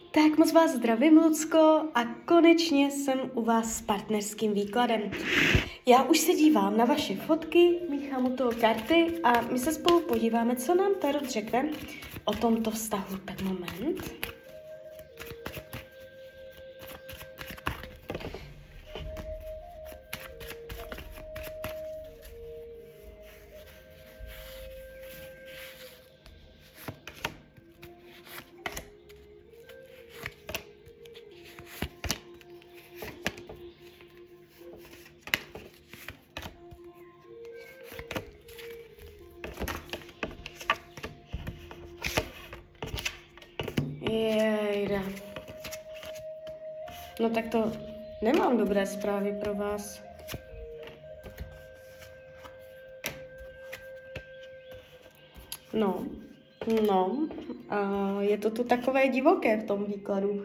Tak moc vás zdravím, Lucko, a konečně jsem u vás s partnerským výkladem. Já už se dívám na vaše fotky, míchám u toho karty a my se spolu podíváme, co nám Tarot řekne o tomto vztahu. Tak moment. Jejda. No tak to nemám dobré zprávy pro vás. No, je to tu takové divoké v tom výkladu.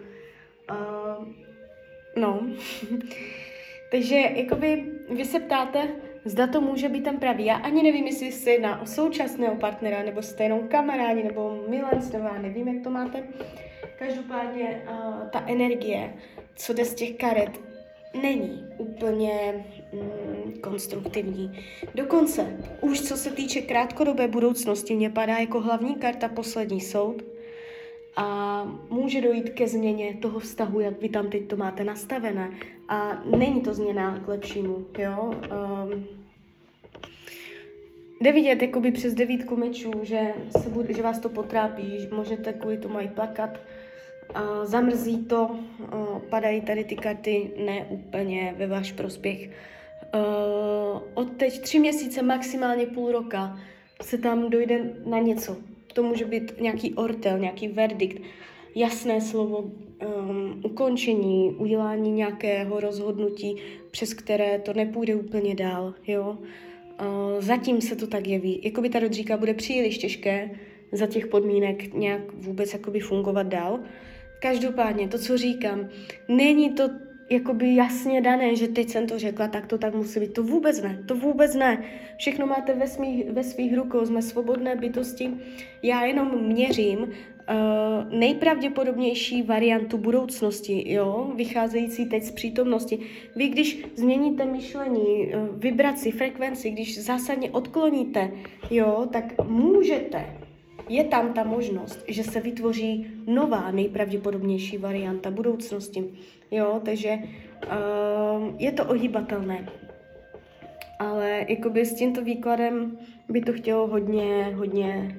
Takže jakoby vy se ptáte, zda to může být ten pravý. Já ani nevím, jestli se jedná o současného partnera, nebo jste jenom kamarádi, nebo milenc, nebo já nevím, jak to máte. Každopádně ta energie, co jde z těch karet, není úplně konstruktivní. Dokonce, už co se týče krátkodobé budoucnosti, mě padá jako hlavní karta poslední soud a může dojít ke změně toho vztahu, jak vy tam teď to máte nastavené. A není to změna k lepšímu, jo? Jde vidět jakoby přes 9 mečů, že vás to potrápí, že můžete kvůli tomu i plakat. Zamrzí to, padají tady ty karty ne úplně ve váš prospěch. Od teď 3 měsíce, maximálně půl roka se tam dojde na něco. To může být nějaký ortel, nějaký verdikt, jasné slovo, ukončení, udělání nějakého rozhodnutí, přes které to nepůjde úplně dál, jo. Zatím se to tak jeví. Jakoby Tarot říká, bude příliš těžké za těch podmínek nějak vůbec jakoby fungovat dál. Každopádně to, co říkám, není to jakoby jasně dané, že teď jsem to řekla, tak to tak musí být. To vůbec ne. Všechno máte ve svých rukou, jsme svobodné bytosti. Já jenom měřím nejpravděpodobnější variantu budoucnosti, jo, vycházející teď z přítomnosti. Vy, když změníte myšlení, vibraci, frekvenci, když zásadně odkloníte, jo, tak můžete. Je tam ta možnost, že se vytvoří nová nejpravděpodobnější varianta budoucnosti. Jo, takže je to ohýbatelné. Ale jakoby s tímto výkladem by to chtělo hodně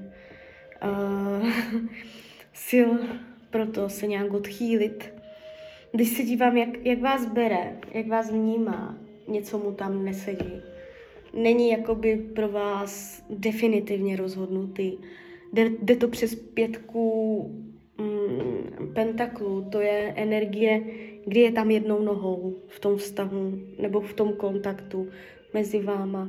sil pro to se nějak odchýlit. Když se dívám, jak vás bere, jak vás vnímá, něco mu tam nesedí. Není jakoby pro vás definitivně rozhodnutý. Jde to přes 5 pentaklů, to je energie, kdy je tam jednou nohou v tom vztahu nebo v tom kontaktu mezi váma.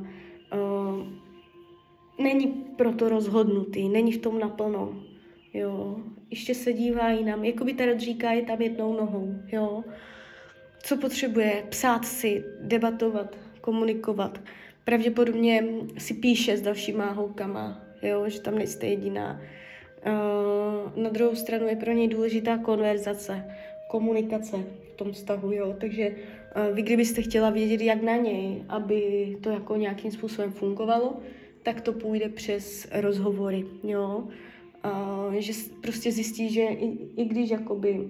Není proto rozhodnutý, není v tom naplno, jo. Ještě se dívá jinam, jakoby Tarot říká, je tam jednou nohou, jo. Co potřebuje? Psát si, debatovat, komunikovat. Pravděpodobně si píše s dalšíma holkama, jo, že tam nejste jediná. Na druhou stranu je pro něj důležitá konverzace, komunikace v tom vztahu, jo, takže vy kdybyste chtěla vědět, jak na něj, aby to jako nějakým způsobem fungovalo, tak to půjde přes rozhovory, jo, že prostě zjistí, že i když jakoby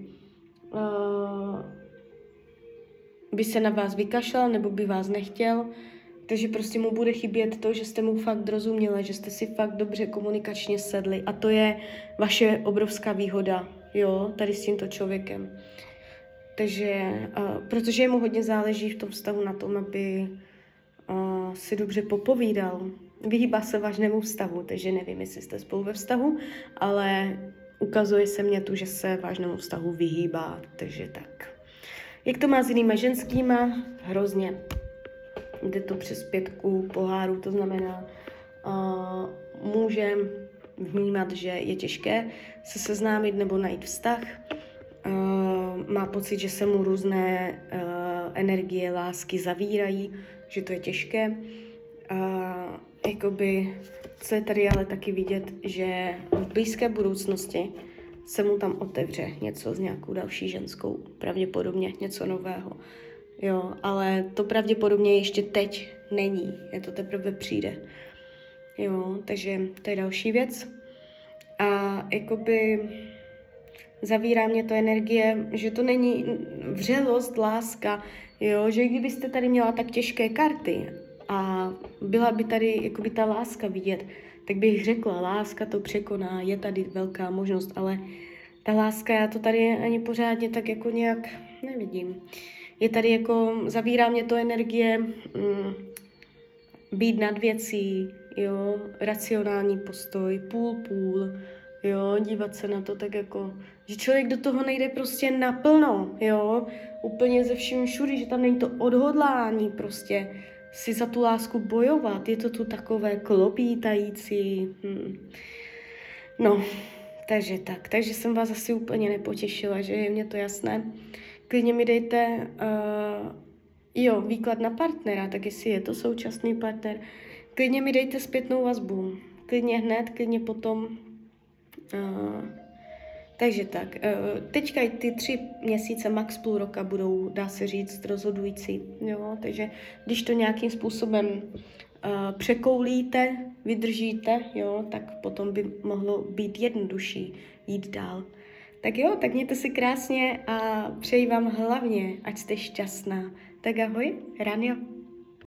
by se na vás vykašlal nebo by vás nechtěl, takže prostě mu bude chybět to, že jste mu fakt rozuměli, že jste si fakt dobře komunikačně sedli. A to je vaše obrovská výhoda, jo, tady s tímto člověkem. Takže, protože mu hodně záleží v tom vztahu na tom, aby si dobře popovídal. Vyhýbá se vážnému vztahu, takže nevím, jestli jste spolu ve vztahu, ale ukazuje se mně tu, že se vážnému vztahu vyhýbá, takže tak. Jak to má s jinýma ženskýma? Hrozně. Jde to přes 5 pohárů, to znamená, může vnímat, že je těžké se seznámit nebo najít vztah. Má pocit, že se mu různé energie, lásky zavírají, že to je těžké. Jakoby, co je tady ale taky vidět, že v blízké budoucnosti se mu tam otevře něco s nějakou další ženskou, pravděpodobně něco nového. Jo, ale to pravděpodobně ještě teď není, je to teprve přijde. Jo, takže to je další věc. A jakoby zavírá mě to energie, že to není vřelost, láska, jo, že kdybyste tady měla tak těžké karty a byla by tady jakoby ta láska vidět, tak bych řekla, láska to překoná, je tady velká možnost, ale ta láska, já to tady ani pořádně tak jako nějak nevidím. Je tady jako, zavírá mě to energie být nad věcí, jo, racionální postoj, půl, jo, dívat se na to tak jako, že člověk do toho nejde prostě naplno, jo, úplně ze vším všudy, že tam není to odhodlání prostě si za tu lásku bojovat, je to tu takové klopítající, No, takže jsem vás asi úplně nepotěšila, že je mně to jasné. Klidně mi dejte výklad na partnera, tak jestli je to současný partner. Klidně mi dejte zpětnou vazbu. Klidně hned, klidně potom. Takže tak. Teďka i ty 3 měsíce, max půl roka budou, dá se říct, rozhodující. Jo? Takže když to nějakým způsobem překoulíte, vydržíte, jo, tak potom by mohlo být jednodušší jít dál. Tak jo, tak mějte si krásně a přeji vám hlavně, ať jste šťastná. Tak ahoj, Rania.